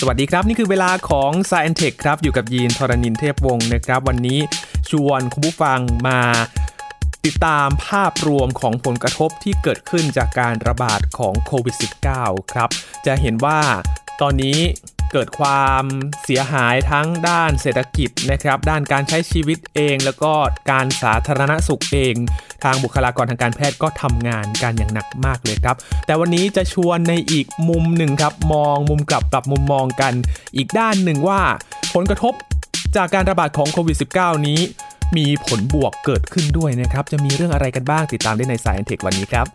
สวัสดีครับนี่คือเวลาของ Science Tech ครับอยู่กับยีนทรณินเทพวงศ์นะครับวันนี้ชวนคุณผู้ฟังมาติดตามภาพรวมของผลกระทบที่เกิดขึ้นจากการระบาดของโควิด -19 ครับจะเห็นว่าตอนนี้เกิดความเสียหายทั้งด้านเศรษฐกิจนะครับด้านการใช้ชีวิตเองแล้วก็การสาธารณสุขเองทางบุคลากรทางการแพทย์ก็ทำงานกันอย่างหนักมากเลยครับแต่วันนี้จะชวนในอีกมุมหนึ่งครับมองมุมกลับปรับมุมมองกันอีกด้านหนึ่งว่าผลกระทบจากการระบาดของโควิด -19 นี้มีผลบวกเกิดขึ้นด้วยนะครับจะมีเรื่องอะไรกันบ้างติดตามได้ใน Science Tech วันนี้ครับ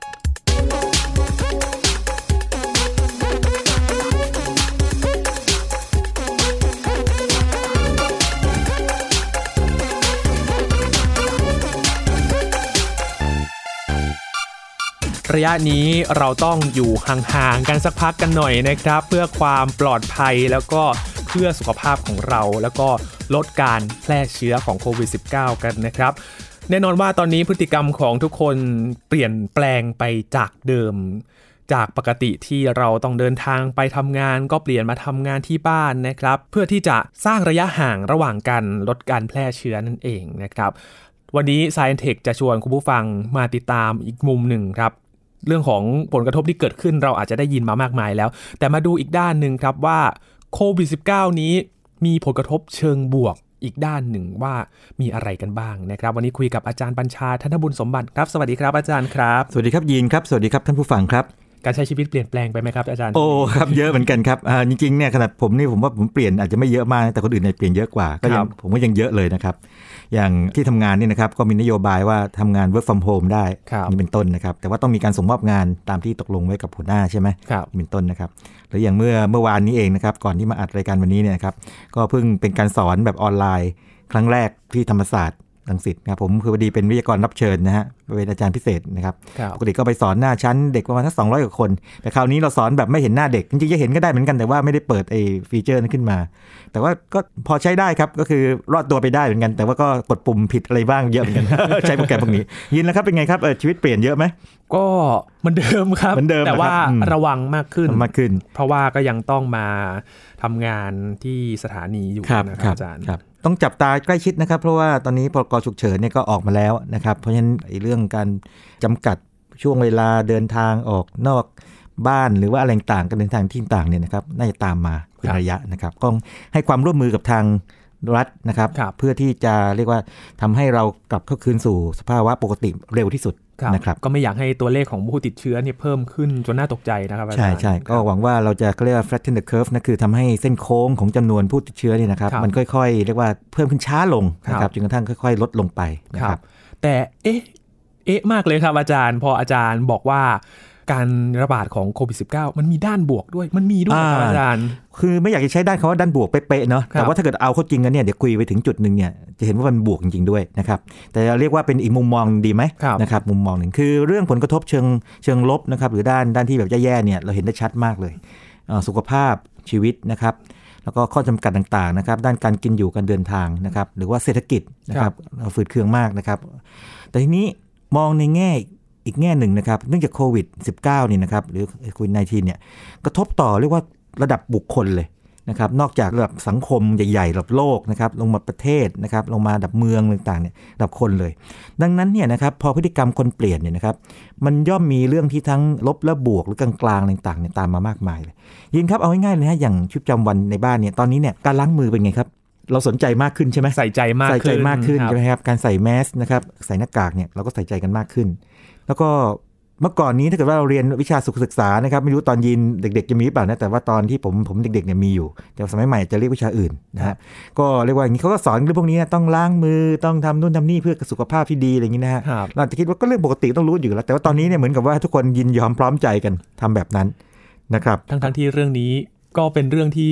ระยะนี้เราต้องอยู่ห่างๆกันสักพักกันหน่อยนะครับเพื่อความปลอดภัยแล้วก็เพื่อสุขภาพของเราแล้วก็ลดการแพร่เชื้อของโควิด -19 กันนะครับแน่นอนว่าตอนนี้พฤติกรรมของทุกคนเปลี่ยนแปลงไปจากเดิมจากปกติที่เราต้องเดินทางไปทำงานก็เปลี่ยนมาทำงานที่บ้านนะครับเพื่อที่จะสร้างระยะห่างระหว่างกันลดการแพร่เชื้อนั่นเองนะครับวันนี้ Science Tech จะชวนคุณผู้ฟังมาติดตามอีกมุมหนึ่งครับเรื่องของผลกระทบที่เกิดขึ้นเราอาจจะได้ยินมามากมายแล้วแต่มาดูอีกด้านหนึ่งครับว่าโควิด -19 นี้มีผลกระทบเชิงบวกอีกด้านหนึ่งว่ามีอะไรกันบ้างนะครับวันนี้คุยกับอาจารย์บัญชาธนบุญสมบัติครับสวัสดีครับอาจารย์ครับสวัสดีครับยีนครับสวัสดีครับท่านผู้ฟังครับการใช้ชีวิตเปลี่ยนแปลงไปไหมครับอาจารย์โอ้ครับเยอะเหมือนกันครับจริงๆเนี่ยขนาดผมว่าผมเปลี่ยนอาจจะไม่เยอะมากแต่คนอื่นเนี่ยเปลี่ยนเยอะกว่าก็ยังผมก็ยังเยอะเลยนะครับอย่างที่ทำงานนี่นะครับก็มีนโยบายว่าทำงาน work from home ได้นี่เป็นต้นนะครับแต่ว่าต้องมีการส่งมอบงานตามที่ตกลงไว้กับหัวหน้าใช่ไหมเป็นต้นนะครับหรืออย่างเมื่อวานนี้เองนะครับก่อนที่มาอัดรายการวันนี้เนี่ยครับก็เพิ่งเป็นการสอนแบบออนไลน์ครั้งแรกที่ธรรมศาสตร์รังสิตนะครับผมคือพอดีเป็นวิทยากรรับเชิญนะฮะเป็นอาจารย์พิเศษนะครับปกติก็ไปสอนหน้าชั้นเด็กประมาณสัก200กว่าคนแต่คราวนี้เราสอนแบบไม่เห็นหน้าเด็กจริงๆจะเห็นก็ได้เหมือนกันแต่ว่าไม่ได้เปิดไอ้ฟีเจอร์นั้นขึ้นมาแต่ว่าก็พอใช้ได้ครับก็คือรอดตัวไปได้เหมือนกันแต่ว่าก็กดปุ่มผิดอะไรบ้างเยอะเหมือนกัน ใช้โปรแกรมพวกนี้ยินแล้วครับเป็นไงครับชีวิตเปลี่ยนเยอะไหมก็เหมือนเดิมครับแต่ว่าระวังมากขึ้นเพราะว่าก็ยังต้องมาทำงานที่สถานีอยู่นะครับอาจารย์ต้องจับตาใกล้ชิดนะครับเพราะว่าตอนนี้พรก.ฉุกเฉินเนี่ยก็ออกมาแล้วนะครับเพราะฉะนั้นเรื่องการจำกัดช่วงเวลาเดินทางออกนอกบ้านหรือว่าอะไรต่างกันเดินทางที่ต่างเนี่ยนะครับน่าจะตามมาเป็นระยะนะครับก็ให้ความร่วมมือกับทางรัฐนะครับเพื่อที่จะเรียกว่าทำให้เรากลับเข้าคืนสู่สภาวะปกติเร็วที่สุดนะครับก็ไม่อยากให้ตัวเลขของผู้ติดเชื้อเนี่ยเพิ่มขึ้นจนน่าตกใจนะครับใช่ก็หวังว่าเราจะเรียกว่า flatten the curve นะคือทำให้เส้นโค้งของจำนวนผู้ติดเชื้อเนี่ยนะครับมันค่อยๆเรียกว่าเพิ่มขึ้นช้าลงนะครับจนกระทั่งค่อยๆลดลงไปนะครับแต่เอ๊ะมากเลยครับอาจารย์พออาจารย์บอกว่าการระบาดของโควิด -19 มันมีด้านบวกด้วยมันมีด้วยครับอาจารย์คือไม่อยากจะใช้ด้านคำว่าด้านบวกเป๊ะๆเนาะแต่ว่าถ้าเกิดเอาเข้าจริงกันเนี่ยเดี๋ยวคุยไปถึงจุดนึงเนี่ยจะเห็นว่ามันบวกจริงๆด้วยนะครับแต่เรียกว่าเป็นอีกมุมมองดีไหมนะครับมุมมองหนึ่งคือเรื่องผลกระทบเชิงลบนะครับหรือด้านที่แบบแย่ๆเนี่ยเราเห็นได้ชัดมากเลยสุขภาพชีวิตนะครับแล้วก็ข้อจำกัดต่างๆนะครับด้านการกินอยู่การเดินทางนะครับหรือว่าเศรษฐกิจนะครับฝืดเคืองมากนะครับแต่ทีนี้มองในแง่อีกแง่หนึ่งนะครับเนื่องจากโควิด -19 นี่นะครับหรือโควิด -19 เนี่ยกระทบต่อเรียกว่าระดับบุคคลเลยนะครับนอกจากระดับสังคมใหญ่ๆระดับโลกนะครับลงมาประเทศนะครับลงมาระดับเมืองต่างๆเนี่ยระดับคนเลยดังนั้นเนี่ยนะครับพอพฤติกรรมคนเปลี่ยนเนี่ยนะครับมันย่อมมีเรื่องที่ทั้งลบและบวกหรือกลางๆต่างๆเนี่ยตามมามากมายเลยยินครับเอาง่ายๆเลยฮะอย่างชีวิตประจำวันในบ้านเนี่ยตอนนี้เนี่ยการล้างมือเป็นไงครับเราสนใจมากขึ้นใช่ไหมใส่ใจมากขึ้นใช่ไหมครับการใส่แมสนะครับใส่หน้ากากเนี่ยเราก็ใส่ใจกันมากขึ้นแล้วก็เมื่อก่อนนี้ถ้าเกิดว่าเราเรียนวิชาสุขศึกษานะครับไม่รู้ตอนยินเด็กๆจะมีหรือเปล่านะแต่ว่าตอนที่ผมเด็กๆเนี่ยมีอยู่แต่สมัยใหม่จะเรียกวิชาอื่นนะฮะก็เรียกว่าอย่างนี้เขาก็สอนเรื่องพวกนี้ต้องล้างมือต้องทำนู่นทำนี่เพื่อสุขภาพที่ดีอะไรอย่างนี้นะฮะเราจะคิดว่าก็เรื่องปกติต้องรู้อยู่แล้วแต่ว่าตอนนี้เนี่ยเหมือนกับว่าทุกคนยินยอมพร้อมใจกันทำแบบนั้นนะครับทั้งที่เรื่องนี้ก็เป็นเรื่องที่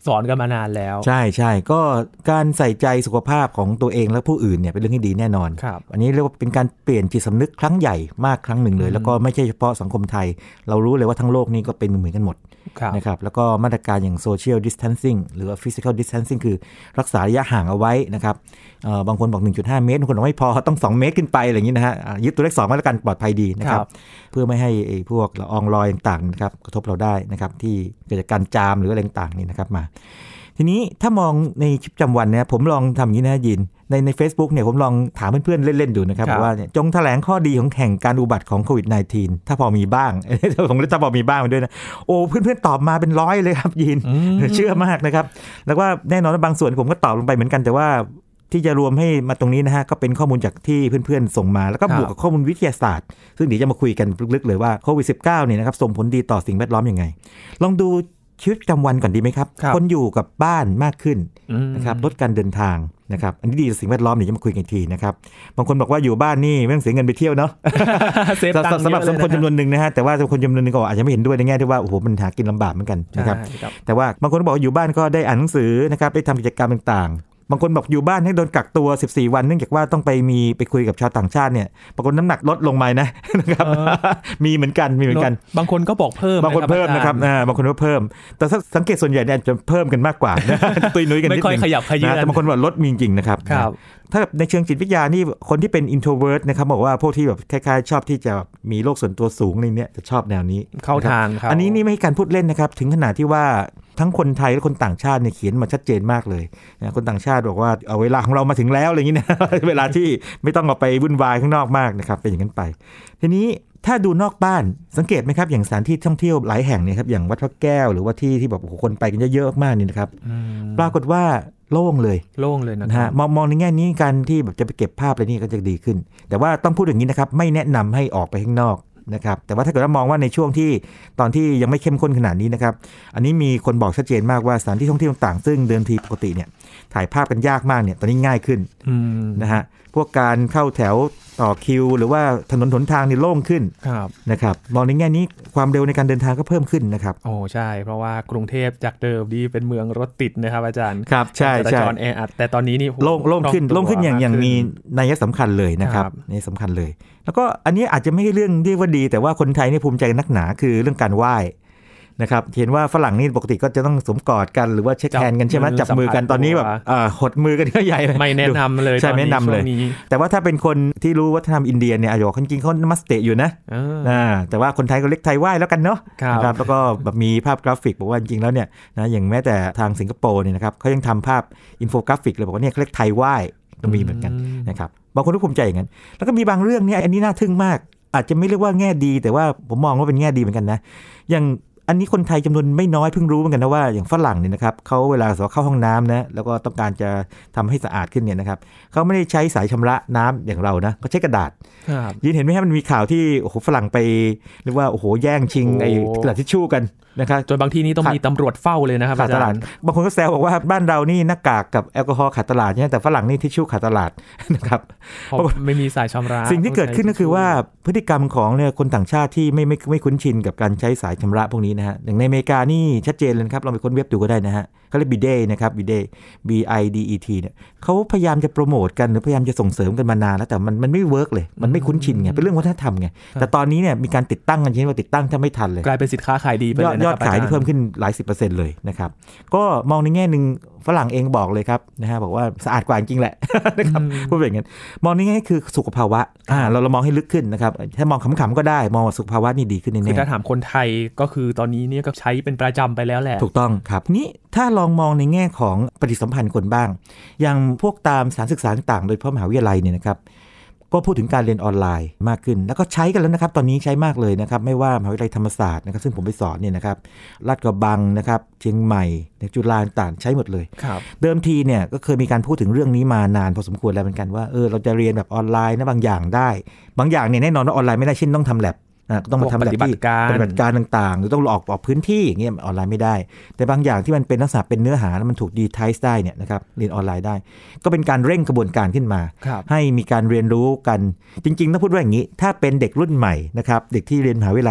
สอนกันมานานแล้วใช่ก็การใส่ใจสุขภาพของตัวเองและผู้อื่นเนี่ยเป็นเรื่องที่ดีแน่นอนอันนี้เรียกว่าเป็นการเปลี่ยนจิตสำนึกครั้งใหญ่มากครั้งหนึ่งเลยแล้วก็ไม่ใช่เฉพาะสังคมไทยเรารู้เลยว่าทั้งโลกนี้ก็เป็นเหมือนกันหมดนะครับแล้วก็มาตรการอย่าง social distancing หรือว่า physical distancing คือรักษาระยะห่างเอาไว้นะครับบางคนบอก 1.5 เมตรบางคนบอกไม่พอต้อง2เมตรขึ้นไปอะไรอย่างนี้นะฮะยึดตัวเลข2ไว้แล้วกันปลอดภัยดีนะครับเพื่อไม่ให้พวกละอองลอยต่างๆนะครับกระทบเราได้นะครับที่เกิดจากการจามหรืออะไรต่างๆนี่นะครับมาทีนี้ถ้ามองในชีวิตประจำวันเนี่ยผมลองทำอย่างนี้นะยินใน Facebook เนี่ยผมลองถามเพื่อนๆเล่นๆดูนะครับว่าจงแถลงข้อดีของแห่งการอุบัติของโควิด -19 ถ้าพอมีบ้างผมเลยถ้าพอมีบ้างมาด้วยนะโอ้เพื่อนๆตอบมาเป็นร้อยเลยครับยินเชื่อมากนะครับแล้วว่าแน่นอนว่าบางส่วนผมก็ตอบลงไปเหมือนกันแต่ว่าที่จะรวมให้มาตรงนี้นะฮะก็เป็นข้อมูลจากที่เพื่อนๆส่งมาแล้วก็บวกกับข้อมูลวิทยาศาสตร์ซึ่งเดี๋ยวจะมาคุยกันลึกๆเลยว่าโควิด -19 เนี่ยนะครับส่งผลดีต่อสิ่งแวดล้อมยังไงลองดูชีวิตประจำวันก่อนดีไหมครับคนอยู่กับบ้านมากขึ้นนะครับลดการเดินทางนะครับอันนี้ดีต่อสิ่งแวดล้อมเดี๋ยวจะมาคุยกันทีนะครับบางคนบอกว่าอยู่บ้านนี่ไม่ต้องเสียเงินไปเที่ยวเนาะ สำหรับคนจำนวนหนึ่งนะฮะแต่ว่าคนจำนวนหนึ่งก็อาจจะไม่เห็นด้วยในแง่ที่ว่าโอ้โหมันหากินลำบากเหมือนกันนะครับแต่ว่าบางคนบอกอยู่บ้านก็ได้อ่านหนังสือนะครับได้ทำกิจกรรมต่างๆบางคนบอกอยู่บ้านให้โดนกักตัว14วันเนื่องจากว่าต้องไปคุยกับชาวต่างชาติเนี่ยปรากฏน้ำหนักลดลงมานะครับมีเหมือนกันบางคนก็บอกเพิ่มบางคนเพิ่มนะครับบางคนก็เพิ่มแต่สังเกตส่วนใหญ่เนี่ยจะเพิ่มกันมากกว่าตุยนุ้ยกันนิดนึงไม่ค่อยขยับขยื่นแต่บางคนบอกลดมีจริงนะครับถ้าในเชิงจิตวิทยานี่คนที่เป็น introvert นะครับบอกว่าพวกที่แบบคล้ายๆชอบที่จะมีโลกส่วนตัวสูงอะไรเนี่ยจะชอบแนวนี้เข้าทางครับอันนี้นี่ไม่ให้การพูดเล่นนะครับถึงขนาดที่ว่าทั้งคนไทยและคนต่างชาติเนี่ยเขียนมาชัดเจนมากเลยนะคนต่างชาติบอกว่าเอาเวลาของเรามาถึงแล้วอะไรอย่างนี้นะเวลาที่ไม่ต้องออกไปวุ่นวายข้างนอกมากนะครับเป็นอย่างนั้นไปทีนี้ถ้าดูนอกบ้านสังเกตไหมครับอย่างสถานที่ท่องเที่ยวหลายแห่งเนี่ยครับอย่างวัดพระแก้วหรือว่าที่แบบโอ้โหคนไปกันเยอะๆมากนี่นะครับปรากฏว่าโล่งเลยนะฮะมองในแง่นี้การที่แบบจะไปเก็บภาพอะไรนี่ก็จะดีขึ้นแต่ว่าต้องพูดอย่างนี้นะครับไม่แนะนำให้ออกไปข้างนอกนะครับแต่ว่าถ้าเกิดว่ามองว่าในช่วงที่ตอนที่ยังไม่เข้มข้นขนาดนี้นะครับอันนี้มีคนบอกชัดเจนมากว่าสถานที่ท่องเที่ยวต่างๆซึ่งเดิมทีปกติเนี่ยถ่ายภาพกันยากมากเนี่ยตอนนี้ง่ายขึ้นนะฮะพวกการเข้าแถวต่อคิวหรือว่าถนนหนทางนี่โล่งขึ้นนะครับมองในแง่นี้ความเร็วในการเดินทางก็เพิ่มขึ้นนะครับโอ้ใช่เพราะว่ากรุงเทพจากเดิมดีเป็นเมืองรถติดนะครับอาจารย์ครับใช่จราจรแออัดแต่ตอนนี้นี่โล่งขึ้นอย่างมีนัยสำคัญเลยนะครับนี่สำคัญเลยแล้วก็อันนี้อาจจะไม่ใช่เรื่องเรียกว่าดีแต่ว่าคนไทยนี่ภูมิใจนักหนาคือเรื่องการไหว้นะครับเห็นว่าฝรั่งนี่ปกติก็จะต้องสวมกอดกันหรือว่าเช็คแฮนด์กันใช่ไหมจับมือกันตอนนี้แบบหดมือกันก็ใหญ่เลยไม่แนะนำเลยใช่ไม่แนะนำเลยแต่ว่าถ้าเป็นคนที่รู้วัฒนธรรมอินเดียเนี่ยอาจจะจริงๆเขามัสเตะอยู่นะแต่ว่าคนไทยก็เรียกไทยไหว้แล้วกันเนาะครับแล้วก็แบบมีภาพกราฟิกบอกว่าจริงๆแล้วเนี่ยนะอย่างแม้แต่ทางสิงคโปร์เนี่ยนะครับเขายังทำภาพอินโฟกราฟิกเลยบอกว่าเนี่ยเขาเรียกไทยไหว้ก็มีเหมือนกันนะครับบางคนก็ภูมิใจอย่างนั้นแล้วก็มีบางเรื่องเนี่ยอันนี้น่าทึ่งมากอาจจะไม่เรียกว่าแง่ดีแต่ว่าผมมองว่าเป็นแง่ดีเหมือนกันนะอย่างอันนี้คนไทยจำนวนไม่น้อยเพิ่งรู้เหมือนกันนะว่าอย่างฝรั่งเนี่ยนะครับเขาเวลาเข้าห้องน้ำนะแล้วก็ต้องการจะทำให้สะอาดขึ้นเนี่ยนะครับเขาไม่ได้ใช้สายชำระน้ำอย่างเรานะเขาใช้กระดาษยินเห็นไหมครับมันมีข่าวที่โอ้โหฝรั่งไปเรียกว่าโอ้โหแย่งชิงไอ้กระดาษทิชชู่กันนะครับจนบางทีนี้ต้องมีตำรวจเฝ้าเลยนะครับขาดตลาดบางคนก็แซวบอกว่าบ้านเรานี่หน้ากากกับแอลกอฮอล์ขาดตลาดเนี่ยแต่ฝรั่งนี่ทิชชู่ขาดตลาดนะครับไม่มีสายชำระสิ่งที่เกิดขึ้นก็คือว่าพฤติกรรมของเนี่ยคนต่างชาติที่ไม่คุ้นชินกับการใช้สายชำระพวกนี้นะฮะอย่างในอเมริกานี่ชัดเจนเลยครับเราไปค้นเว็บดูก็ได้นะฮะเขาเรียก bidet นะครับ bidet BIDET เนี่ยเขาพยายามจะโปรโมทกันหรือพยายามจะส่งเสริมกันมานานแล้วแต่มันไม่เวิร์กเลยมันไม่คุ้นชินไงเป็นเรื่องวัฒนธรรมไงแต่ตอนนี้เนี่ยมีการติดตั้งกันใช่ไหมว่าติดตั้งถ้าไม่ทันเลยกลายเป็นสินค้าขายดีไปเลยยอดขายที่เพิ่มขึ้นหลาย10%เลยนะครับก็มองในแง่นึงฝรั่งเองบอกเลยครับนะฮะบอกว่าสะอาดกว่าจริงแหละนะครับพูดแบบนั้นมองในแง่คือสุขภาวะเรามองให้ลึกขึ้นนะครับถ้ามองขำๆก็ได้มองสุขภาวะนี่ดีขึ้นแน่ๆคือถ้าถามคนไทยก็คือตอนนี้เนี่ยก็ใช้เป็นประจำไปแล้วแหละถูกต้องครับนี่ถ้าลองมองในแง่ของปฏิสัมพันธ์คนบ้างอย่างพวกตามสถานศึกษาต่างๆโดยเฉพาะมหาวิทยาลัยเนี่ยนะครับก็พูดถึงการเรียนออนไลน์มากขึ้นแล้วก็ใช้กันแล้วนะครับตอนนี้ใช้มากเลยนะครับไม่ว่ามหาวิทยาลัยธรรมศาสตร์นะครับซึ่งผมไปสอนเนี่ยนะครับลาดกระบังนะครับเชียงใหม่จุฬาต่างใช้หมดเลยเดิมทีเนี่ยก็เคยมีการพูดถึงเรื่องนี้มานานพอสมควรแล้วเหมือนกันว่าเราจะเรียนแบบออนไลน์นะบางอย่างได้บางอย่างเนี่ยแน่นอนว่าออนไลน์ไม่ได้เช่นต้องทำแลบก็ต้องมาทำแบบที่ปฏิบัติการต่างๆหรือต้องออกพื้นที่อย่างเงี้ยออนไลน์ไม่ได้แต่บางอย่างที่มันเป็นลักษณะเป็นเนื้อหาแล้วมันถูกดีไทซ์ได้เนี่ยนะครับเรียนออนไลน์ได้ก็เป็นการเร่งกระบวนการขึ้นมาให้มีการเรียนรู้กันจริงๆต้องพูดว่าอย่างนี้ถ้าเป็นเด็กรุ่นใหม่นะครับเด็กที่เรียนมหาวิทยาลัยเนี่ย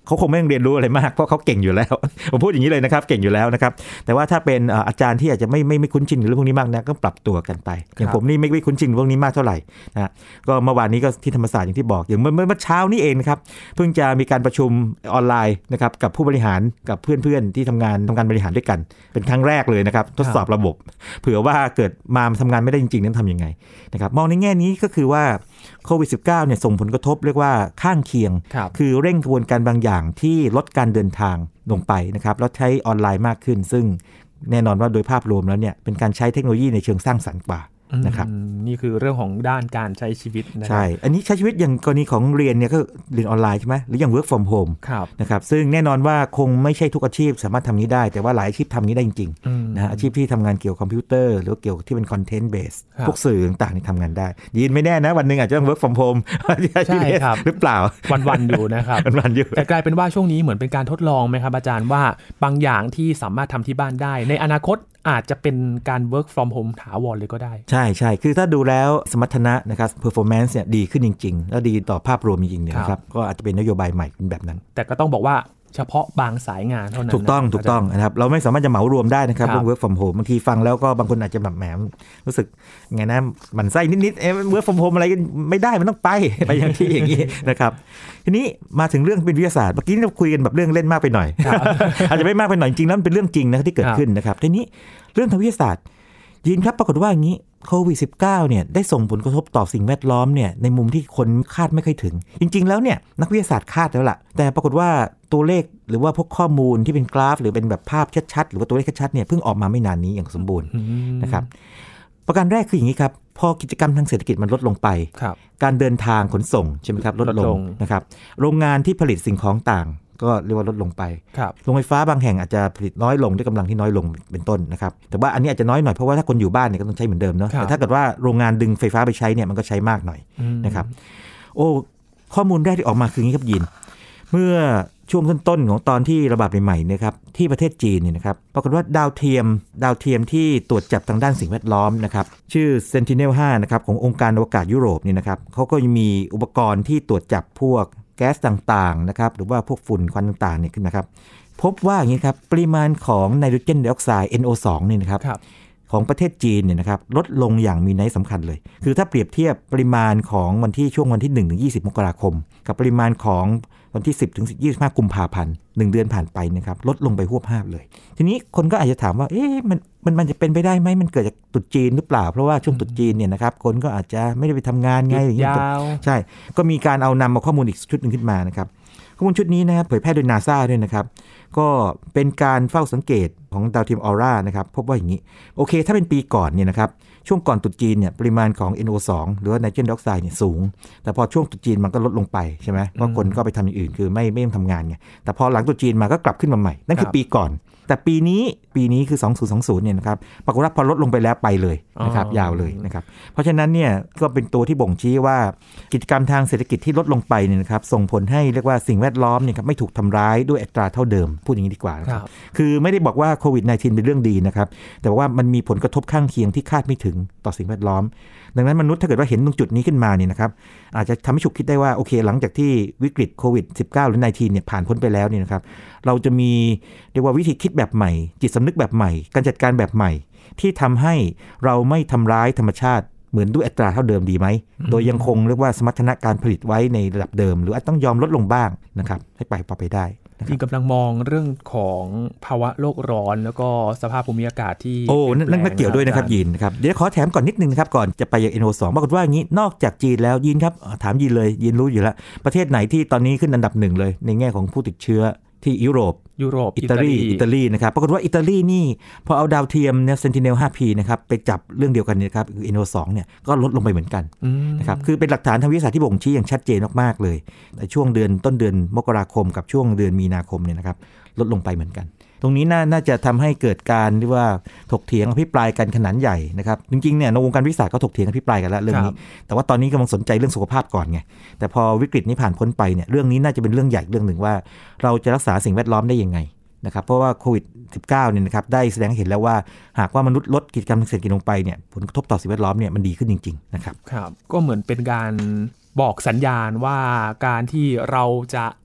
เขาคงไม่ต้องเรียนรู้อะไรมากเพราะเขาเก่งอยู่แล้ว ผมพูดอย่างนี้เลยนะครับเก่งอยู่แล้วนะครับแต่ว่าถ้าเป็นอาจารย์ที่อาจจะไม่คุ้นชินกับเรื่องพวกนี้มากนะก็ปรับตัวกันไปอย่างผมนี่ไม่คุ้นชินกับพวกนี้มากเท่าไหร่นะก็เมื่อวานนี้ก็ที่ธรรมศาสตร์อย่างที่บอกอย่างเมื่อเช้านี้เองนะครับเพิ่งจะมีการประชุมออนไลน์นะครับกับผู้บริหารกับเพื่อนๆที่ทำการบริหารด้วยกันเป็นครั้งแรกเลยนะครับทดสอบระบบเผื่อว่าเกิดมาทำงานไม่ได้จริงๆนั้นทำยังไงนะครับมองในแง่นี้ก็คือว่าโควิด -19 เนี่ยส่งผลกระทบเรียกว่าข้างเคียงคือเร่งกระบวนการบางอย่างที่ลดการเดินทางลงไปนะครับแล้วใช้ออนไลน์มากขึ้นซึ่งแน่นอนว่าโดยภาพรวมแล้วเนี่ยเป็นการใช้เทคโนโลยีในเชิงสร้างสรรค์กว่านะครับนี่คือเรื่องของด้านการใช้ชีวิตนะครับใช่อันนี้ใช้ชีวิตอย่างกรณีของเรียนเนี่ยก็เรียนออนไลน์ใช่ไหมหรืออย่าง work from home นะครับซึ่งแน่นอนว่าคงไม่ใช่ทุกอาชีพสามารถทำนี้ได้แต่ว่าหลายอาชีพทำนี้ได้จริงๆนะอาชีพที่ทำงานเกี่ยวกับคอมพิวเตอร์หรือเกี่ยวกับที่เป็นคอนเทนต์เบสพวกสื่อต่างๆนี่ทำงานได้ยินไม่แน่นะวันนึงอาจจะต้อง work from home ใช่ครับหรือเปล่าวันๆอยู่นะครับวันๆอยู่แต่กลายเป็นว่าช่วงนี้เหมือนเป็นการทดลองไหมครับอาจารย์ว่าบางอย่างที่สามารถทำที่บ้านได้ในอนาคตอาจจะเป็นการ work from home ถาวรเลยก็ได้ใช่คือถ้าดูแล้วสมรรถนะนะครับ performance เนี่ยดีขึ้นจริงๆแล้วดีต่อภาพรวมจริงๆเนี่ยนะครับก็อาจจะเป็นนโยบายใหม่เป็นแบบนั้นแต่ก็ต้องบอกว่าเฉพาะบางสายงานเท่านั้นถูกต้องนะครับเราไม่สามารถจะเหมารวมได้นะครับเรื่อง work from home บางทีฟังแล้วก็บางคนอาจจะแบบแหมรู้สึกไงนะหมั่นไส้นิดๆwork from home อะไรไม่ได้มันต้องไปอย่างที่อย่างนี้นะครับทีนี้มาถึงเรื่องเป็นวิทยาศาสตร์เมื่อกี้เราคุยกันแบบเรื่องเล่นมากไปหน่อย อาจจะไม่มากไปหน่อยจริงๆแล้วมันเป็นเรื่องจริงนะที่เกิดขึ้นนะครับทีนี้เรื่องทางวิทยาศาสตร์ยินครับปรากฏว่าอย่างนี้โควิด -19 เนี่ยได้ส่งผลกระทบต่อสิ่งแวดล้อมเนี่ยในมุมที่คนคาดไม่ค่อยถึงจริงๆแล้วเนี่ยนักวิทยาศาสตร์คาดแล้วล่ะแต่ปรากฏว่าตัวเลขหรือว่าพวกข้อมูลที่เป็นกราฟหรือเป็นแบบภาพชัดๆหรือว่าตัวเลขชัดๆเนี่ยเพิ่งออกมาไม่นานนี้อย่างสมบูรณ์นะครับประการแรกคืออย่างนี้ครับพอกิจกรรมทางเศรษฐกิจมันลดลงไปการเดินทางขนส่งใช่ไหมครับลดลงนะครับโรงงานที่ผลิตสิ่งของต่างก็เรียกว่าลดลงไปโรงไฟฟ้าบางแห่งอาจจะผลิตน้อยลงด้วยกำลังที่น้อยลงเป็นต้นนะครับแต่ว่าอันนี้อาจจะน้อยหน่อยเพราะว่าถ้าคนอยู่บ้านเนี่ยก็ต้องใช้เหมือนเดิมเนาะแต่ถ้าเกิดว่าโรงงานดึงไฟฟ้าไปใช้เนี่ยมันก็ใช้มากหน่อยนะครับข้อมูลแรกที่ออกมาคืออย่างนี้ครับยินเมื่อช่วงต้นๆของตอนที่ระบาดใหม่ๆนะครับที่ประเทศจีนเนี่ยนะครับปรากฏว่าดาวเทียมที่ตรวจจับทางด้านสิ่งแวดล้อมนะครับชื่อ Sentinel-5 นะครับขององค์การอวกาศยุโรปนี่นะครับเขาก็มีอุปกรณ์ที่ตรวจจับพวกแก๊สต่างๆนะครับหรือว่าพวกฝุ่นควันต่างๆเนี่ยขึ้นนะครับพบว่าอย่างนี้ครับปริมาณของไนโตรเจนไดออกไซด์ NO2 นี่นะครับของประเทศจีนเนี่ยนะครับลดลงอย่างมีนัยสำคัญเลยคือถ้าเปรียบเทียบปริมาณของช่วงวันที่1ถึง20มกราคมกับปริมาณของวันที่10ถึง25กุมภาพันธ์1เดือนผ่านไปนะครับลดลงไปหวบภาพเลยทีนี้คนก็อาจจะถามว่ามันจะเป็นไปได้ไหมมันเกิดจากตรุษจีนหรือเปล่าเพราะว่าช่วงตรุษจีนเนี่ยนะครับคนก็อาจจะไม่ได้ไปทำงานไงอย่างนี้ใช่ก็มีการเอานำมาข้อมูลอีกชุดหนึ่งขึ้นมานะครับข้อมูลชุดนี้นะครับเผยแพร่โดย NASA ด้วยนะครับก็เป็นการเฝ้าสังเกตของดาวเทียมออร่านะครับพบว่าอย่างนี้โอเคถ้าเป็นปีก่อนเนี่ยนะครับช่วงก่อนตรุษจีนเนี่ยปริมาณของ NO2 หรือว่าไนโตรเจนไดออกไซด์เนี่ยสูงแต่พอช่วงตรุษจีนมันก็ลดลงไปใช่ไหมเพราะคนก็ไปทำอย่างอื่นคือไม่ต้องทำงานไงแต่พอหลังตรุษจีนมาก็กลับขึ้นมาใหม่นั่นคือปีก่อนแต่ปีนี้คือ2020เนี่ยนะครับปรากฏว่าพอลดลงไปแล้วไปเลยนะครับยาวเลยนะครับเพราะฉะนั้นเนี่ยก็เป็นตัวที่บ่งชี้ว่ากิจกรรมทางเศรษฐกิจที่ลดลงไปเนี่ยนะครับส่งผลให้เรียกว่าสิ่งแวดล้อมเนี่ยครับไม่ถูกทำร้ายด้วยอัตราเท่าเดิมพูดอย่างนี้ดีกว่าครับคือไม่ได้บอกว่าโควิด -19 เป็นเรื่องดีนะครับแต่ว่ามันมีผลกระทบข้างเคียงที่คาดไม่ถึงต่อสิ่งแวดล้อมดังนั้นมนุษย์ถ้าเกิดว่าเห็นตรงจุดนี้ขึ้นมาเนี่ยนะครับอาจจะทำให้ฉุกคิดได้ว่าโอเคหลังจากที่วิกฤตโควิด -19 หรือ -19 เนี่ยผ่านพ้นไปแล้วเนี่ยนะครับเราจะมีเรียกว่าวิธีคิดแบบใหม่จิตสำนึกแบบใหม่การจัดการแบบใหม่ที่ทำให้เราไม่ทำร้ายธรรมชาติเหมือนด้วยอัตราเท่าเดิมดีไหมโดยยังคงเรียกว่าสมรรถนะการผลิตไว้ในระดับเดิมหรืออาจต้องยอมลดลงบ้างนะครับให้ไปต่อไปได้จริงกำลังมองเรื่องของภาวะโลกร้อนแล้วก็สภาพภูมิอากาศที่นั่นเกี่ยวด้วยนะครับยินนะครับเดี๋ยวขอแถมก่อนนิดนึงนะครับก่อนจะไปอย่าง NO2 ปรากฏว่าอย่างนี้นอกจากจีนแล้วยินครับถามยินเลยยินรู้อยู่แล้วประเทศไหนที่ตอนนี้ขึ้นอันดับ1เลยในแง่ของผู้ติดเชื้อที่ยุโรปอิตาลีนะครับปรากฏว่าอิตาลีนี่พอเอาดาวเทียมเนี่ย Sentinel-5P นะครับไปจับเรื่องเดียวกันนี่ครับคือ NO2 เนี่ยก็ลดลงไปเหมือนกันนะครับคือเป็นหลักฐานทางวิทยาศาสตร์ที่บ่งชี้อย่างชัดเจนมากๆเลยในช่วงต้นเดือนมกราคมกับช่วงเดือนมีนาคมเนี่ยนะครับลดลงไปเหมือนกันตรงนี้น่าจะทำให้เกิดการที่ว่าถกเถียงอภิปรายกันขนาดใหญ่นะครับจริงๆเนี่ยในวงการวิทยาศาสตร์ก็ถกเถียงอภิปรายกันแล้วเรื่องนี้แต่ว่าตอนนี้กำลังสนใจเรื่องสุขภาพก่อนไงแต่พอวิกฤตนี้ผ่านพ้นไปเนี่ยเรื่องนี้น่าจะเป็นเรื่องใหญ่เรื่องหนึ่งว่าเราจะรักษาสิ่งแวดล้อมได้ยังไงนะครับเพราะว่าโควิด -19 เนี่ยนะครับได้แสดงให้เห็นแล้วว่าหากว่ามนุษย์ลดกิจกรรมทางเศรษฐกิจลงไปเนี่ยผลกระทบต่อสิ่งแวดล้อมเนี่ยมันดีขึ้นจริงๆนะครับครับก็เหมือนเป็นการบอกสัญญาณว่าการที่เราจะ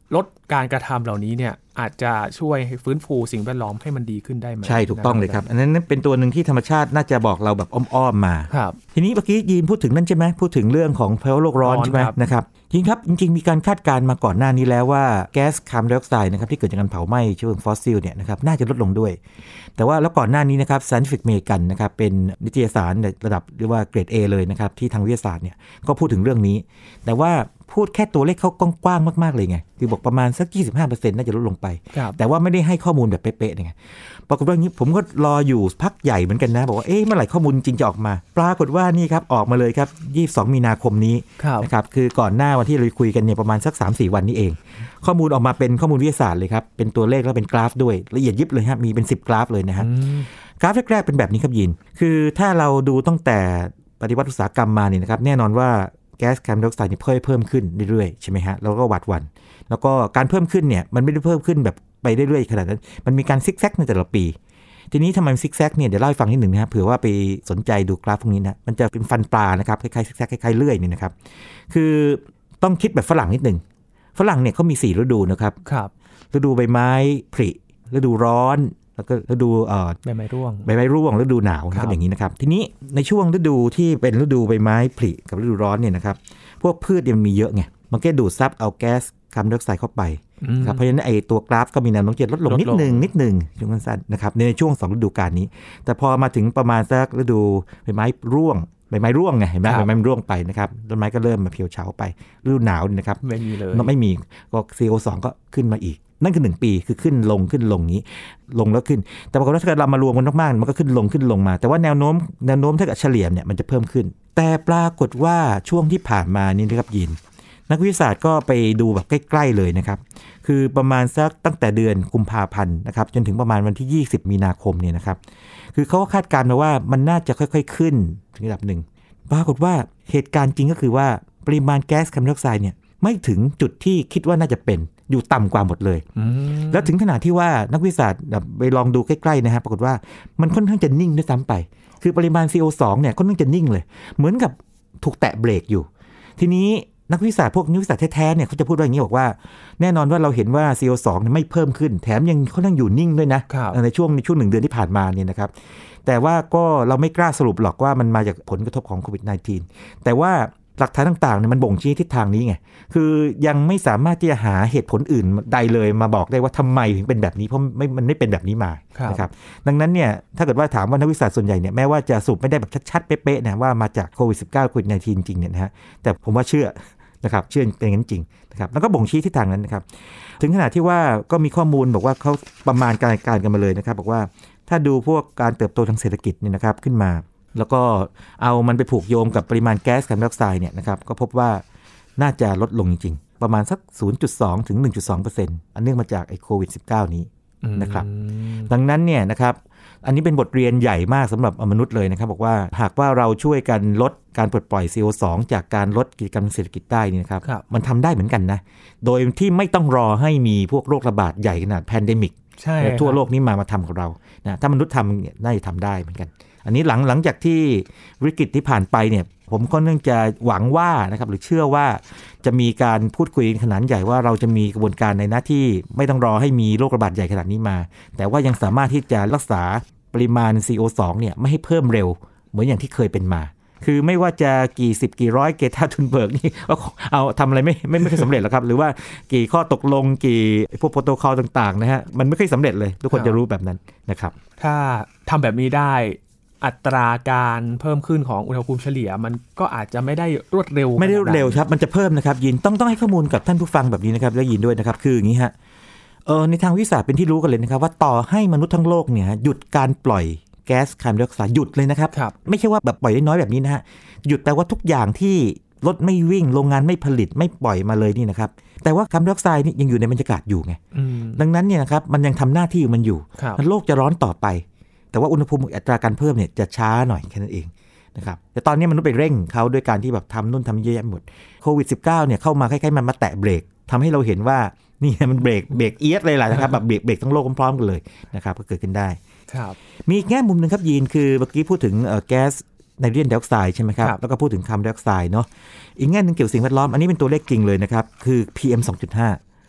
ลดการกระทำเหล่านี้เนี่ยอาจจะช่วยฟื้นฟูสิ่งแวดล้อมให้มันดีขึ้นได้ไหมใช่ถูกต้องเลยครับอันนั้นเป็นตัวหนึ่งที่ธรรมชาติน่าจะบอกเราแบบอ้อมๆมาทีนี้เมื่อกี้ยีนพูดถึงนั่นใช่ไหมพูดถึงเรื่องของภาวะโลกร้อนใช่ไหมนะครับจริงครับจริงๆมีการคาดการณ์มาก่อนหน้านี้แล้วว่าแก๊สคาร์บอนไดออกไซด์นะครับที่เกิดจากการเผาไหม้เชื้อเพลิงฟอสซิลเนี่ยนะครับน่าจะลดลงด้วยแต่ว่าแล้วก่อนหน้านี้นะครับ Scientific American นะครับเป็นนิตยสารระดับเรียกว่าเกรด A เลยนะครับที่ทางวิทยาศาสตร์เนี่ยก็พูดถึงเรื่องนี้แต่ว่าพูดแค่ตัวเลขเขากว้างๆมากๆเลยไงคือบอกประมาณสัก 25% น่าจะลดลงไปแต่ว่าไม่ได้ให้ข้อมูลแบบเป๊ะๆไงปรากฏว่าอย่างนี้ผมก็รออยู่พักใหญ่เหมือนกันนะบอกว่าเมื่อไหร่ข้อมูลจริงจะออกมาปรากฏว่านี่ครับออกมาเลยครับ22มีนาคมนี้นะครับคือก่อนหน้าวันที่เราคุยกันเนี่ยประมาณสัก 3-4 วันนี้เองข้อมูลออกมาเป็นข้อมูลวิทยาศาสตร์เลยครับเป็นตัวเลขแล้วเป็นกราฟด้วยละเอียดยิบเลยฮะมีเป็น10กราฟเลยนะฮะกราฟแรกๆเป็นแบบนี้ครับยินคือถ้าเราดูตั้งแต่ปฏิวัติอุตสาหกรรมมาเนี่ยนะครับแน่นอนว่าแก๊สคาร์บอนไดออกไซด์นี่เพิ่มขึ้นเรื่อยๆใช่ไหมฮะแล้วก็วัดวันแล้วก็การเพิ่มขึ้นเนี่ยมันไม่ได้เพิ่มขึ้นแบบไปเรื่อยๆขนาดนั้นมันมีการซิกแซกในแต่ละปีทีนี้ทำไมซิกแซกเนี่ยเดี๋ยวเล่าให้ฟังนิดหนึ่งนะครับเผื่อว่าไปสนใจดูกราฟพวกนี้นะมันจะเป็นฟันปลานะครับคล้ายๆซิกแซกคล้ายๆเลื่อยนี่นะครับคือต้องคิดแบบฝรั่งนิดหนึ่งฝรั่งเนี่ยเขามี4ฤดูนะครับฤดูใบไม้ผลิฤดูร้อนแล้วก็ฤดูใบไม้ร่วงฤดูหนาวนะครับอย่างนี้นะครับทีนี้ในช่วงฤดูที่เป็นฤดูใบไม้ผลิกับฤดูร้อนเนี่ยนะครับพวกพืชมันมีเยอะไงมันก็ดูดซับเอาแก๊สคาร์บอนไดออกไซด์เข้าไปครับเพราะฉะนั้นไอ้ตัวกราฟก็มีแนวโน้มจะลดลงนิดนึงช่วงสั้นๆนะครับในช่วง2ฤดูกาลนี้แต่พอมาถึงประมาณสักฤดูใบไม้ร่วงไงเห็นไหมใบไม้ร่วงไปนะครับต้นไม้ก็เริ่มมาเหี่ยวเฉาไปฤดูหนาวนี่นะครับไม่มีเลยไม่มีก็ CO2 ก็ขึ้นมาอีกนั่นคือ1ปีคือขึ้นลงนี้ลงแล้วขึ้นแต่ปรากฏว่าถ้าเรามารวมกันมากๆมันก็ขึ้นลงมาแต่ว่าแนวโน้มถ้าเกิดเฉลี่ยเนี่ยมันจะเพิ่มขึ้นแต่ปรากฏว่าช่วงที่ผ่านมานี่นะครับยินนักวิทยาศาสตร์ก็ไปดูแบบใกล้ๆเลยนะครับคือประมาณสักตั้งแต่เดือนกุมภาพันธ์นะครับจนถึงประมาณวันที่20มีนาคมเนี่ยนะครับคือเขาก็คาดการณ์มาว่ามันน่าจะค่อยๆขึ้นถึงระดับหนึ่งปรากฏว่าเหตุการณ์จริงก็คือว่าปริมาณแก๊สคาร์บอนไดออกไซด์เนี่ยไม่ถึงจุดที่คิดว่าน่าจะเป็นอยู่ต่ำกว่าหมดเลยแล้วถึงขนาดที่ว่านักวิทยาศาสตร์ไปลองดูใกล้ๆนะฮะปรากฏว่ามันค่อนข้างจะนิ่งด้วยซ้ำไปคือปริมาณ CO2 เนี่ยค่อนข้างจะนิ่งเลยเหมือนกับถูกแตะเบรกอยู่ทีนี้นักวิทยาศาสตร์พวกนักวิทยาศาสตร์แท้ๆเนี่ยเขาจะพูดว่าอย่างนี้บอกว่าแน่นอนว่าเราเห็นว่า CO2 ไม่เพิ่มขึ้นแถมยังค่อนข้างอยู่นิ่งด้วยนะในช่วง1 เดือนที่ผ่านมาเนี่ยนะครับแต่ว่าก็เราไม่กล้าสรุปหรอกว่ามันมาจากผลกระทบของโควิด -19 แต่ว่าหลักฐานต่างๆเนี่ยมันบ่งชี้ทิศทางนี้ไงคือยังไม่สามารถที่จะหาเหตุผลอื่นใดเลยมาบอกได้ว่าทำไมถึงเป็นแบบนี้เพราะมันไม่เป็นแบบนี้มานะครับดังนั้นเนี่ยถ้าเกิดว่าถามว่านักวิทยาศาสตร์ส่วนใหญ่เนี่ยแม้ว่าจะสรุปไม่ได้แบบชัดๆเป๊ะๆนะว่ามาจากโควิด -19 โควิด -19 จริงๆเนี่ยนะฮะแต่ผมว่าเชื่อนะครับเชื่อเป็นอย่างนั้นจริงนะครับแล้วก็บ่งชี้ทิศทางนั้นนะครับถึงขนาดที่ว่าก็มีข้อมูลบอกว่าเขาประมาณการกันมาเลยนะครับบอกว่าถ้าดูพวกการเติบโตทางเศรษฐกิจเนี่ยนะครับขึ้นมาแล้วก็เอามันไปผูกโยงกับปริมาณแก๊สคาร์บอนไดออกไซด์เนี่ยนะครับก็พบว่าน่าจะลดลงจริงๆประมาณสัก 0.2 ถึง 1.2% อันเนื่องมาจากไอ้โควิด -19 นี้นะครับดังนั้นเนี่ยนะครับอันนี้เป็นบทเรียนใหญ่มากสำหรับมนุษย์เลยนะครับบอกว่าหากว่าเราช่วยกันลดการปลดปล่อย CO2 จากการลดกิจกรรมเศรษฐกิจได้นี่นะครับมันทำได้เหมือนกันนะโดยที่ไม่ต้องรอให้มีพวกโรคระบาดใหญ่ขนาดแพนเดมิกทั่วโลกนี้มาทำกับเรานะถ้ามนุษย์ทำน่าจะทำได้เหมือนกันอันนี้หลังจากที่วิกฤตที่ผ่านไปเนี่ยผมก็เนื่องจะหวังว่านะครับหรือเชื่อว่าจะมีการพูดคุยขนาดใหญ่ว่าเราจะมีกระบวนการในหน้าที่ไม่ต้องรอให้มีโรคระบาดใหญ่ขนาดนี้มาแต่ว่ายังสามารถที่จะรักษาปริมาณ CO2 เนี่ยไม่ให้เพิ่มเร็วเหมือนอย่างที่เคยเป็นมาคือไม่ว่าจะกี่สิบกี่ร้อยเกตาทุนเบิร์กนี่เอาทำอะไรไม่เคยสำเร็จหรอกครับหรือว่ากี่ข้อตกลงกี่พวกโปรโตคอลต่างๆนะฮะมันไม่เคยสำเร็จเลยทุกคนจะรู้แบบนั้นนะครับถ้าทำแบบนี้ได้อัตราการเพิ่มขึ้นของอุณหภูมิเฉลี่ยมันก็อาจจะไม่ได้รวดเร็วไม่ได้รวดเร็วครับมันจะเพิ่มนะครับยินต้องให้ข้อมูลกับท่านผู้ฟังแบบนี้นะครับและยินด้วยนะครับคืออย่างนี้ฮะในทางวิทยาศาสตร์เป็นที่รู้กันเลยนะครับว่าต่อให้มนุษย์ทั้งโลกเนี่ยหยุดการปล่อยแก๊สคาร์บอนไดออกไซด์หยุดเลยนะครับไม่ใช่ว่าแบบปล่อยน้อยแบบนี้นะฮะหยุดแต่ว่าทุกอย่างที่รถไม่วิ่งโรงงานไม่ผลิตไม่ปล่อยมาเลยนี่นะครับแต่ว่าคาร์บอนไดออกไซด์นี่ยังอยู่ในบรรยากาศอยู่ไงดังนั้นเนี่ยนะครับมันยังทำหน้าที่มันอยู่โลกจะร้อนต่อไปแต่ว่าอุณหภูมิอัตราการเพิ่มเนี่ยจะช้าหน่อยแค่นั้นเองนะครับแต่ตอนนี้มนุษย์ไปเร่งเขาด้วยการที่แบบทำนู่นทำเยอะแยะหมดโควิด -19 เนี่ยเข้ามาคล้ายๆมันมาแตะเบรกทำให้เราเห็นว่านี่มันเบรกเอียดเลยแหละนะครับแบบเบรกทั้งโลกพร้อมๆกันเลยนะครับก็เกิดขึ้นได้มีอีกแง่มุมนึงครับยีนคือเมื่อกี้พูดถึงแก๊สไนโตรเจนไดออกไซด์ใช่ไหมครับแล้วก็พูดถึงคาร์บอนไดออกไซด์เนาะอีกแง่นึงเกี่ยวกับสิ่งแวดล้อมอันนี้เป็นตัวเลขจริงเลยนะครับคือ PM 2.5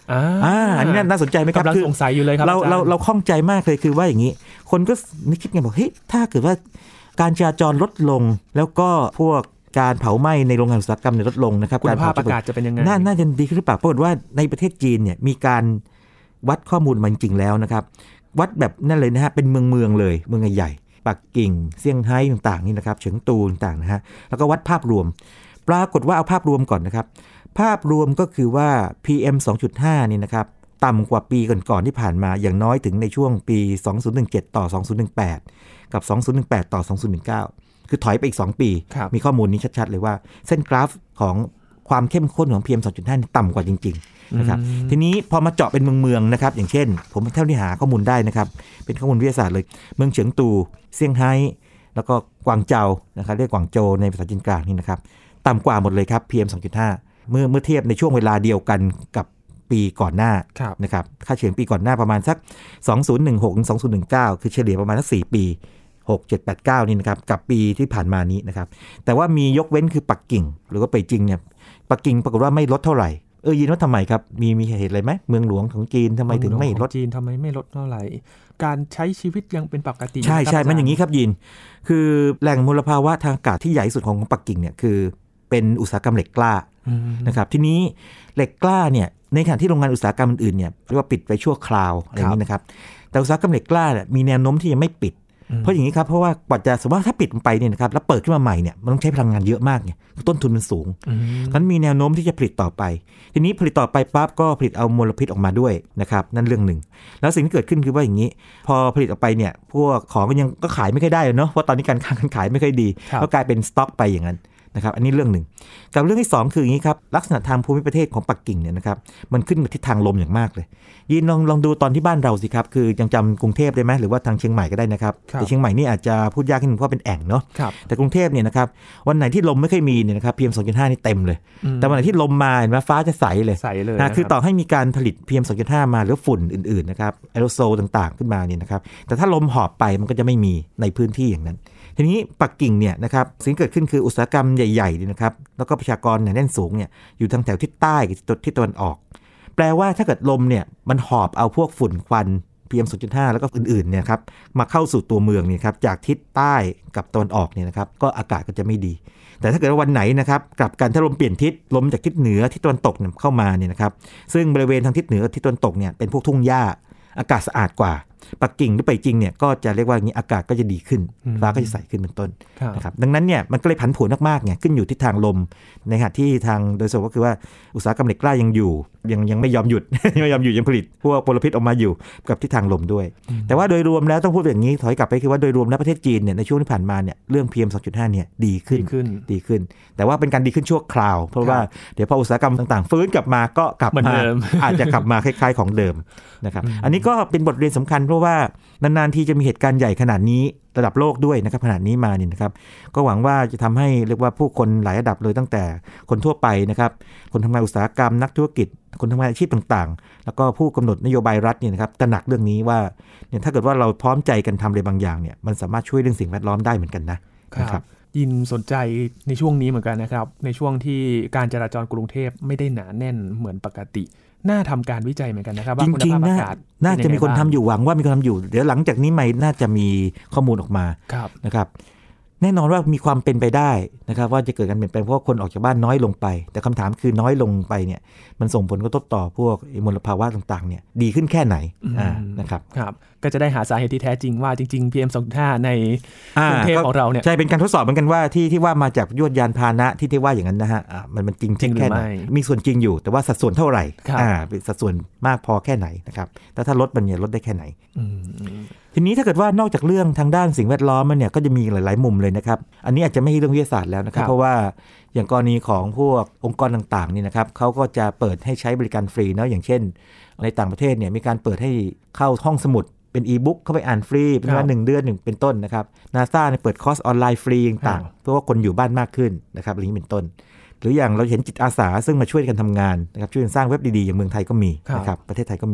อันนี้น่าสนใจไหมครับกำลังสงสัยอยู่เลยครับเราข้องใจมากเลยคือว่าอย่างนี้คนก็นึกคิดกันบอกเฮ้ยถ้าเกิดว่าการจราจรลดลงแล้วก็พวกการเผาไหม้ในโรงงานอุตสาหกรรมลดลงนะครับคุณภาพอากาศจะเป็นยังไงน่าจะดีขึ้นหรือเปล่าปรากฏว่าในประเทศจีนเนี่ยมีการวัดข้อมูลมาจริงๆแล้วนะครับวัดแบบนั่นเลยนะฮะเป็นเมืองเลยเมืองใหญ่ปักกิ่งเซี่ยงไฮ้ต่างๆนี่นะครับเฉิงตูต่างๆนะฮะแล้วก็วัดภาพรวมปรากฏว่าเอาภาพรวมก่อนนะครับภาพรวมก็คือว่า PM 2.5 นี่นะครับต่ำกว่าปีก่อนๆที่ผ่านมาอย่างน้อยถึงในช่วงปี 2017 ต่อ 2018 กับ 2018 ต่อ 2019 คือถอยไปอีก2ปีมีข้อมูลนี้ชัดๆเลยว่าเส้นกราฟของความเข้มข้นของ PM 2.5 ต่ำกว่าจริงๆนะครับทีนี้พอมาเจาะเป็นเมืองนะครับอย่างเช่นผมเท่าที่หาข้อมูลได้นะครับเป็นข้อมูลวิทยาศาสตร์เลยเมืองเฉิงตูเซี่ยงไฮ้แล้วก็กวางเจานะครับเรียกกวางโจวในภาษาจีนกลางนี่นะครับต่ำกว่าหมดเลยครับ PM 2.5 เมื่อเทียบในช่วงเวลาเดียวกันกับปีก่อนหน้านะครับค่าเฉลี่ยปีก่อนหน้าประมาณสัก2016ถึง2019คือเฉลี่ยประมาณสัก4ปี6 7 8 9นี่นะครับกับปีที่ผ่านมานี้นะครับแต่ว่ามียกเว้นคือปักกิ่งหรือว่าเป่ยจิงเนี่ยปักกิ่งปรากฏว่าไม่ลดเท่าไหร่ยินว่าทำไมครับมีเหตุอะไรไหมเมืองหลวงของจีนทำไมถึงไม่ลดจีนทำไมไม่ลดเท่าไหร่การใช้ชีวิตยังเป็นปกติใช่มันอย่างนี้ครับยินคือแหล่งมลภาวะทางอากาศที่ใหญ่สุดของปักกิ่งเนี่ยคือเป็นอุตสาหกรรมเหล็กกล้านะครับทีนี้เหล็กกล้าเนี่ยในขณะที่โรงงานอุตสาหกรรมอื่นๆเนี่ยเรียกว่าปิดไปชั่วคราวอะไรอย่างนี้นะครับแต่อุตสาหกรรมเหล็กกล้าเนี่ยมีแนวโน้มที่ยังไม่ปิดเพราะอย่างนี้ครับเพราะว่ากว่าจะสมมติว่าถ้าปิดไปเนี่ยนะครับแล้วเปิดขึ้นมาใหม่เนี่ยมันต้องใช้พลังงานเยอะมากไงต้นทุนมันสูงงั้นมีแนวโน้มที่จะผลิตต่อไปทีนี้ผลิตต่อไปปั๊บก็ผลิตเอามลพิษออกมาด้วยนะครับนั่นเรื่องหนึ่งแล้วสิ่งที่เกิดขึ้นคือว่าอย่างนี้พอผลิตออกไปเนี่ยพวกของก็ขายไม่ค่อยได้เนาะเพราะตอนนี้การขายไม่ค่อยดีก็กลายเป็นสต็อกไปอย่างนั้นนะครับอันนี้เรื่องหนึ่งกับเรื่องที่2คืออย่างนี้ครับลักษณะทางภูมิประเทศของปักกิ่งเนี่ยนะครับมันขึ้นกับทิศทางลมอย่างมากเลยยินลองดูตอนที่บ้านเราสิครับคือยังจำกรุงเทพได้ไหมหรือว่าทางเชียงใหม่ก็ได้นะครับแต่เชียงใหม่นี่อาจจะพูดยากขึ้นเพราะเป็นแอ่งเนาะแต่กรุงเทพเนี่ยนะครับวันไหนที่ลมไม่ค่อยมีเนี่ยนะครับ PM 2.5 นี่เต็มเลยแต่วันไหนที่ลมมาเห็นไหมฟ้าจะใสเลยนะคือต่อให้มีการผลิต PM 2.5 มาหรือฝุ่นอื่นๆนะครับแอโรโซลต่างๆขึ้นมาเนี่ยนะครับแต่ถ้าลมหอบไปมันก็จะไม่มีในพื้นที่อย่างนั้นทีนี้ปักกิ่งเนี่ยนะครับสิ่งเกิดขึ้นคืออุตสาหกรรมใหญ่ๆนะครับแล้วก็ประชากรเนี่ยแน่นสูงเนี่ยอยู่ทางแถวทิศใต้กับทิศตะวันออกแปลว่าถ้าเกิดลมเนี่ยมันหอบเอาพวกฝุ่นควัน PM 2.5 แล้วก็อื่นๆเนี่ยครับมาเข้าสู่ตัวเมืองเนี่ยครับจากทิศใต้กับตะวันออกเนี่ยนะครับก็อากาศก็จะไม่ดีแต่ถ้าเกิดว่าวันไหนนะครับกลับกันถ้าลมเปลี่ยนทิศลมจากทิศเหนือทิศตะวันตกเข้ามาเนี่ยนะครับซึ่งบริเวณทางทิศเหนือทิศตะวันตกเนี่ยเป็นพวกทุ่งหญ้าอากาศสะอาดกว่าปักกิ่งหรือไปจริงเนี่ยก็จะเรียกว่าอย่างนี้อากาศก็จะดีขึ้นฟ้าก็จะใสขึ้นเป็นต้นนะครับดังนั้นเนี่ยมันก็เลยผันผวนมากๆเนี่ยขึ้นอยู่ที่ทางลมในขณะที่ทางโดยสรุปก็คือว่าอุตสาหกรรมเหล็กกล้ายังอยู่ยังไม่ยอมหยุด ยังผลิตพวกมลพิษออกมาอยู่กับทิศทางลมด้วยแต่ว่าโดยรวมแล้วต้องพูดอย่างนี้ถอยกลับไปคือว่าโดยรวมแล้วประเทศจีนเนี่ยในช่วงที่ผ่านมาเนี่ยเรื่อง PM 2.5 เนี่ยดีขึ้นแต่ว่าเป็นการดีขึ้นชั่วคราวเพราะว่าเดี๋ยวพออุตสาหกรรมต่างๆฟื้นกลับมาก็กลับมา อาจจะกลับมาคล้ายๆของเดิมนะครับอันนี้ก็เป็นบทเรียนสำคัญเพราะว่านานๆทีจะมีเหตุการณ์ใหญ่ขนาดนี้ระดับโลกด้วยนะครับขนาดนี้มานี่นะครับก็หวังว่าจะทำให้เรียกว่าผู้คนหลายระดับเลยตั้งแต่คนทั่วไปนะครับคนทำงานอุตสาหกรรมนักธุรกิจคนทำงานอาชีพต่างๆแล้วก็ผู้กำหนดนโยบายรัฐเนี่ยนะครับตระหนักเรื่องนี้ว่าเนี่ยถ้าเกิดว่าเราพร้อมใจกันทำอะไรบางอย่างเนี่ยมันสามารถช่วยเรื่องสิ่งแวดล้อมได้เหมือนกันนะครับยินสนใจในช่วงนี้เหมือนกันนะครับในช่วงที่การจราจรกรุงเทพไม่ได้หนาแน่นเหมือนปกติน่าทำการวิจัยเหมือนกันนะครับว่าคุณภาพอากาศน่าจะมีคนทำอยู่หวังว่ามีคนทำอยู่เดี๋ยวหลังจากนี้ไม่น่าจะมีข้อมูลออกมานะครับแน่นอนว่ามีความเป็นไปได้นะครับว่าจะเกิดการเปลี่ยนแปลงเพราะคนออกจากบ้านน้อยลงไปแต่คำถามคือน้อยลงไปเนี่ยมันส่งผลกระทบต่อพวกมลภาวะต่างๆเนี่ยดีขึ้นแค่ไหนนะครับก็จะได้หาสาเหตุที่แท้จริงว่าจริงๆ PM 2.5 ในกรุงเทพของเราเนี่ยใช่เป็นการทดสอบเหมือนกันว่าที่ว่ามาจากยวดยานพาหนะที่ว่าอย่างนั้นนะฮะมันจริงแค่ไหนมีส่วนจริงอยู่แต่ว่าสัดส่วนเท่าไหร่เป็นสัดส่วนมากพอแค่ไหนนะครับแต่ถ้าลดมันเนี่ยลดได้แค่ไหนทีนี้ถ้าเกิดว่านอกจากเรื่องทางด้านสิ่งแวดล้อมมันเนี่ยก็จะมีหลายๆมุมเลยนะครับอันนี้อาจจะไม่ใช่เรื่องวิทยาศาสตร์แล้วนะครับเพราะว่าอย่างกรณีของพวกองค์กรต่างๆนี่นะครับเขาก็จะเปิดให้ใช้บริการฟรีเนาะอย่างเช่นในต่างประเทศเนี่ยมีการเปิดให้เข้าห้องสมุดเป็นอีบุ๊กเข้าไปอ่านฟรีเป็นเวลา1 เดือนเป็นต้นนะครับ NASA เนี่ยเปิดคอร์สออนไลน์ฟรีต่างๆเพื่อว่าคนอยู่บ้านมากขึ้นนะครับอย่างนี้เป็นต้นหรืออย่างเราเห็นจิตอาสาซึ่งมาช่วยกันทำงานนะครับช่วยกันสร้างเว็บดีๆอย่างเมืองไทยก็มีนะครับประเทศไทยก็มี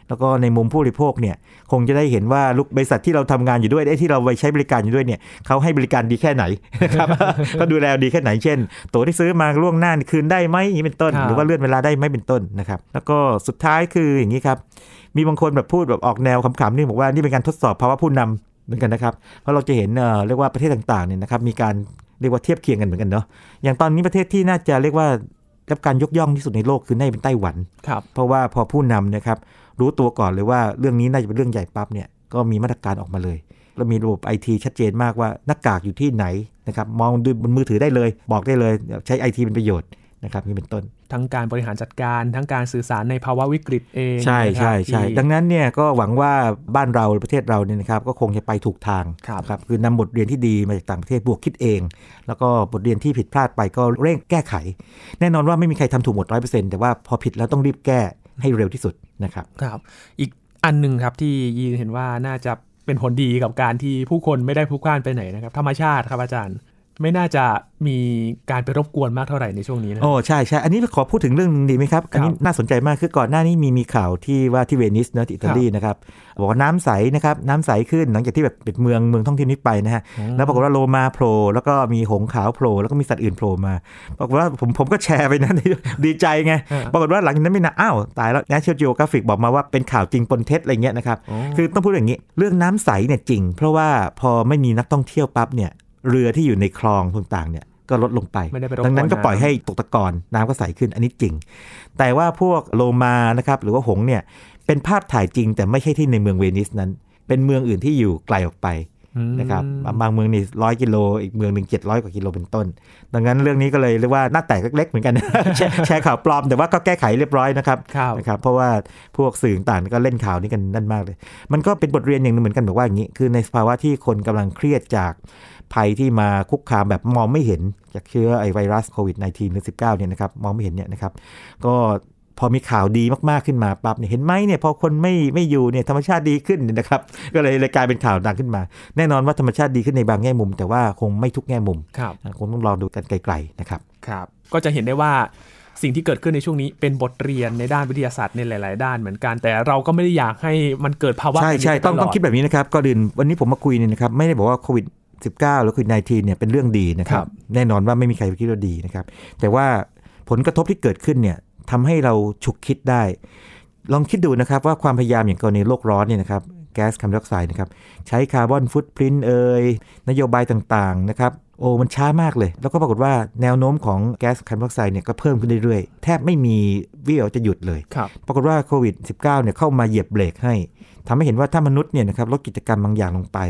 แล้วก็ในมุมผู้บริโภคเนี่ยคงจะได้เห็นว่าลูกบริษัทที่เราทำงานอยู่ด้วยที่เราไปใช้บริการอยู่ด้วยเนี่ยเขาให้บริการดีแค่ไหนนะครับ เขาดูแลดีแค่ไหนเช่นตั๋วที่ซื้อมาล่วงหน้าคืนได้ไหมอย่างนี้เป็นต้นหรือว่าเลื่อนเวลาได้ไหมเป็นต้นนะครับแล้วก็สุดท้ายคืออย่างนี้ครับมีบางคนแบบพูดแบบออกแนวขำๆนี่บอกว่านี่เป็นการทดสอบภาวะผู้นำเหมือนกันนะครับเพราะเราจะเห็นเรียกว่าประเทศต่างๆเนี่ยนะครับมีการเรียกว่าเทียบเคียงกันเหมือนกันเนาะอย่างตอนนี้ประเทศที่น่าจะเรียกว่ารับการยกย่องที่สุดในโลกคือน่าจะเป็นไต้หวันเพราะว่าพอผู้นำนะครับรู้ตัวก่อนเลยว่าเรื่องนี้น่าจะเป็นเรื่องใหญ่ปั๊บเนี่ยก็มีมาตรการออกมาเลยแล้วมีระบบ IT ชัดเจนมากว่าหน้ากากอยู่ที่ไหนนะครับมองดูบนมือถือได้เลยบอกได้เลยใช้ IT เป็นประโยชน์นะครับนี่เป็นต้นทั้งการบริหารจัดการทั้งการสื่อสารในภาวะวิกฤตเองใช่ใช่ใช่ดังนั้นเนี่ยก็หวังว่าบ้านเราประเทศเราเนี่ยนะครับก็คงจะไปถูกทางครับคือนำบทเรียนที่ดีมาจากต่างประเทศบวกคิดเองแล้วก็บทเรียนที่ผิดพลาดไปก็เร่งแก้ไขแน่นอนว่าไม่มีใครทำถูกหมด 100% แต่ว่าพอผิดแล้วต้องรีบแก้ให้เร็วที่สุดนะครับครับอีกอันนึงครับที่ยีนเห็นว่าน่าจะเป็นผลดีกับการที่ผู้คนไม่ได้พลุกพล่านไปไหนนะครับธรรมชาติครับอาจารย์ไม่น่าจะมีการไปรบกวนมากเท่าไหร่ในช่วงนี้นะโอ้ใช่ใช่อันนี้ขอพูดถึงเรื่องดีไหมครับอันนี้น่าสนใจมากคือก่อนหน้านี้มีข่าวที่ว่าที่เวนิสนะอิตาลีนะครับบอกว่าน้ำใสนะครับน้ำใสขึ้นหลังจากที่แบบเป็นเมืองท่องเที่ยวนี้ไปนะฮะแล้วปรากฏว่าโลมาโผล่แล้วก็มีหงส์ขาวโผล่แล้วก็มีสัตว์อื่นโผล่มาปรากฏว่าผมก็แชร์ไปนะดีใจไงปรากฏว่าหลังจากนั้นไม่นานอ้าวตายแล้ว National Geographic บอกมาว่าเป็นข่าวจริงปนเท็จอะไรเงี้ยนะครับคือต้องพูดอย่างนี้เรื่องน้ำใสเนี่ยจริงเพราะว่าพอไม่มีนักท่องเที่ยวปั๊บเนี่ยเรือที่อยู่ในคลองต่างๆเนี่ยก็ลดลงไปดังนั้นก็ปล่อยให้ตกตะกอนน้ำก็ใสขึ้นอันนี้จริงแต่ว่าพวกโลมานะครับหรือว่าหงส์เนี่ยเป็นภาพถ่ายจริงแต่ไม่ใช่ที่ในเมืองเวนิสนั้นเป็นเมืองอื่นที่อยู่ไกลออกไปนะครับบางเมืองนี่100 กิโลอีกเมืองนึง700 กว่ากิโลเป็นต้นดังนั้นเรื่องนี้ก็เลยเรียกว่าหน้าแตกเล็กๆเหมือนกัน แชร์ข่าวปลอมแต่ว่าก็แก้ไขเรียบร้อยนะครับเพราะว่าพวกสื่อต่างๆก็เล่นข่าวนี้กันนั่นมากเลยมันก็เป็นบทเรียนอย่างนึงเหมือนกันบอกว่าอย่างนี้คือในสภาวะที่คนกำลังเครียดจากภัยที่มาคุกคามแบบมองไม่เห็นจากเชื้อไวรัสโควิด -19 หรือ 19 เนี่ยนะครับมองไม่เห็นเนี่ยนะครับก็พอมีข่าวดีมากๆขึ้นมาปั๊บเนี่ยเห็นไหมเนี่ยพอคนไม่อยู่เนี่ยธรรมชาติดีขึ้นนะครับก็เลยกลายเป็นข่าวดังขึ้นมาแน่นอนว่าธรรมชาติดีขึ้นในบางแง่มุมแต่ว่าคงไม่ทุกแง่มุมคงต้องรอดูกันไกลๆนะครับครับก็จะเห็นได้ว่าสิ่งที่เกิดขึ้นในช่วงนี้เป็นบทเรียนในด้านวิทยาศาสตร์ในหลายๆด้านเหมือนกันแต่เราก็ไม่ได้อยากให้มันเกิดภาวะใช่ต้องคิดแบบนี้นะครับก็ดื่นวันนี้ผมมาคุยเนี่ยนะครับไม่ได้บอกว่าโควิด19หรือโควิด -19 เนี่ยเป็นเรื่องดีนะครับแน่นอนว่าไม่มีใครคิดว่าดีนะครับแต่ว่าผลกระทบที่เกิดขึ้นเนี่ยทำให้เราฉุกคิดได้ลองคิดดูนะครับว่าความพยายามอย่างกรณีโลกร้อนเนี่ยนะครับแก๊สคาร์บอนไดออกไซด์นะครับใช้คาร์บอนฟุตพริ้นท์นโยบายต่างๆนะครับมันช้ามากเลยแล้วก็ปรากฏว่าแนวโน้มของแก๊สคาร์บอนไดออกไซด์เนี่ยก็เพิ่มขึ้นเรื่อยๆแทบไม่มีวี่แววจะหยุดเลยปรากฏว่าโควิด -19 เนี่ยเข้ามาเหยียบเบรกให้ทำให้เห็นว่าถ้ามนุษย์เนี่ยนะครับลดกิจกรรมบางอย่างลงไป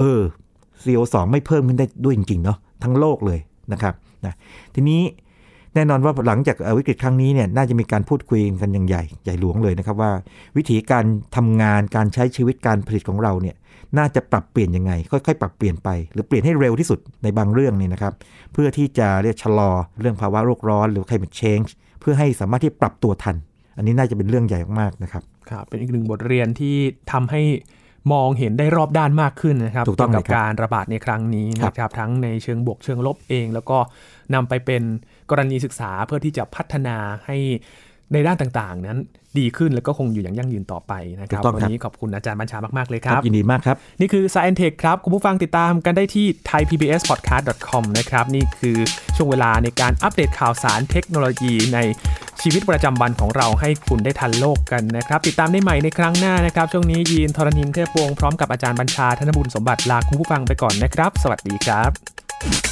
CO2 ไม่เพิ่มขึ้นได้ด้วยจริงๆเนาะทั้งโลกเลยนะครับนะทีนี้แน่นอนว่าหลังจากวิกฤตครั้งนี้เนี่ยน่าจะมีการพูดคุยกันอย่างใหญ่หลวงเลยนะครับว่าวิธีการทำงานการใช้ชีวิตการผลิตของเราเนี่ยน่าจะปรับเปลี่ยนยังไงค่อยๆปรับเปลี่ยนไปหรือเปลี่ยนให้เร็วที่สุดในบางเรื่องนี่นะครับเพื่อที่จะเรียกชะลอเรื่องภาวะโลกร้อนหรือ climate change เพื่อให้สามารถที่ปรับตัวทันอันนี้น่าจะเป็นเรื่องใหญ่มากๆนะครับครับเป็นอีกหนึ่งบทเรียนที่ทำให้มองเห็นได้รอบด้านมากขึ้นนะครับเกี่ยวกับการระบาดในครั้งนี้นะครับทั้งในเชิงบวกเชิงลบเองแล้วก็นำไปเป็นกรณีศึกษาเพื่อที่จะพัฒนาให้ในด้านต่างๆนั้นดีขึ้นแล้วก็คงอยู่อย่างยั่งยืนต่อไปนะครับวันนี้ขอบคุณอาจารย์บัญชามากๆเลยครับยินดีมากครับนี่คือ Science Tech ครับคุณผู้ฟังติดตามกันได้ที่ thaipbspodcast.com นะครับนี่คือช่วงเวลาในการอัปเดตข่าวสารเทคโนโลยีในชีวิตประจำวันของเราให้คุณได้ทันโลกกันนะครับติดตามได้ใหม่ในครั้งหน้านะครับช่วงนี้ยีนทรณินเทพวงศ์พร้อมกับอาจารย์บัญชาธนบุญสมบัติลาคุณผู้ฟังไปก่อนนะครับสวัสดีครับ